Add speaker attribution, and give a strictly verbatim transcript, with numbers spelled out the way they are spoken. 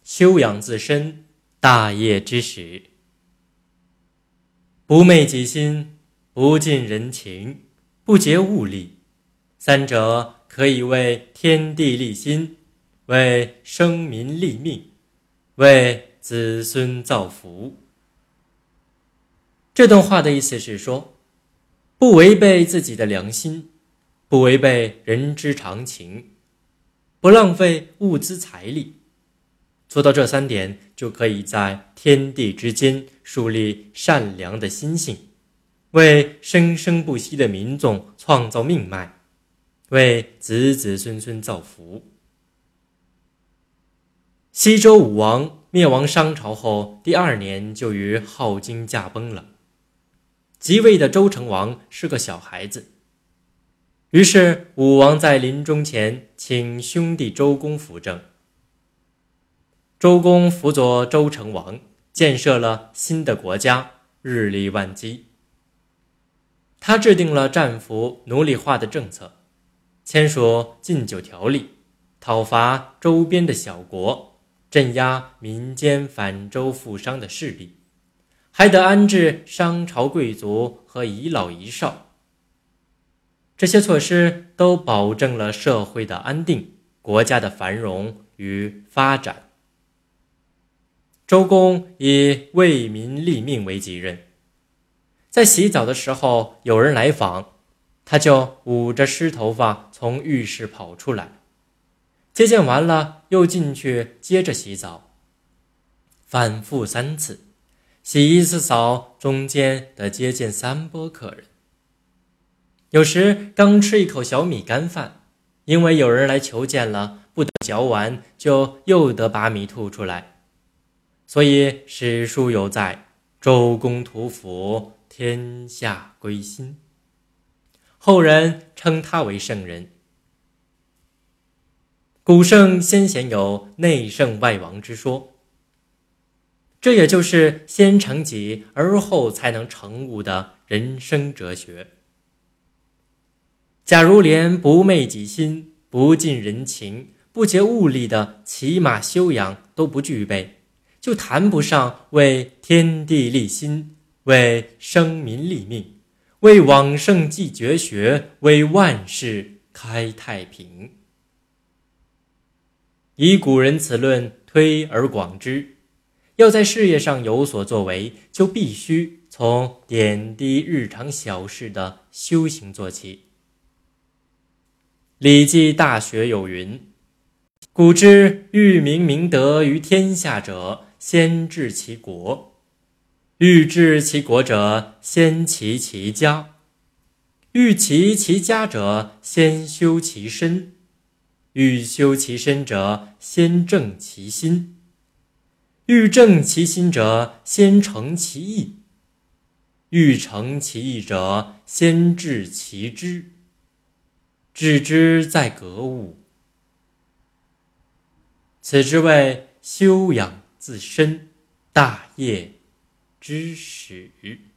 Speaker 1: 修养自身，大业之始。不昧己心，不近人情，不竭物力，三者可以为天地立心，为生民立命，为子孙造福。这段话的意思是说，不违背自己的良心，不违背人之常情，不浪费物资财力，做到这三点，就可以在天地之间树立善良的心性，为生生不息的民众创造命脉，为子子孙孙造福。西周武王灭亡商朝后第二年就于镐京驾崩了，即位的周成王是个小孩子，于是武王在临终前请兄弟周公辅政。周公辅佐周成王，建设了新的国家，日理万机。他制定了战俘奴隶化的政策，签署禁酒条例，讨伐周边的小国，镇压民间反周富商的势力，还得安置商朝贵族和遗老遗少。这些措施都保证了社会的安定，国家的繁荣与发展。周公以为民立命为己任，在洗澡的时候有人来访，他就捂着湿头发从浴室跑出来，接见完了又进去接着洗澡，反复三次，洗一次澡中间得接见三波客人。有时刚吃一口小米干饭，因为有人来求见了，不得嚼完就又得把米吐出来。所以史书有载，周公吐哺，天下归心，后人称他为圣人。古圣先贤有内圣外王之说，这也就是先成己而后才能成物的人生哲学。假如连不昧己心，不近人情，不竭物力的起码修养都不具备，就谈不上为天地立心，为生民立命，为往圣继绝学，为万世开太平。以古人此论推而广之，要在事业上有所作为，就必须从点滴日常小事的修行做起。礼记大学有云：古之欲明明德于天下者，先治其国；欲治其国者，先齐其家；欲齐其家者，先修其身；欲修其身者，先正其心；欲正其心者，先诚其意；欲诚其意者，先治其知。治之在格物，此之谓修养自身，大业之始。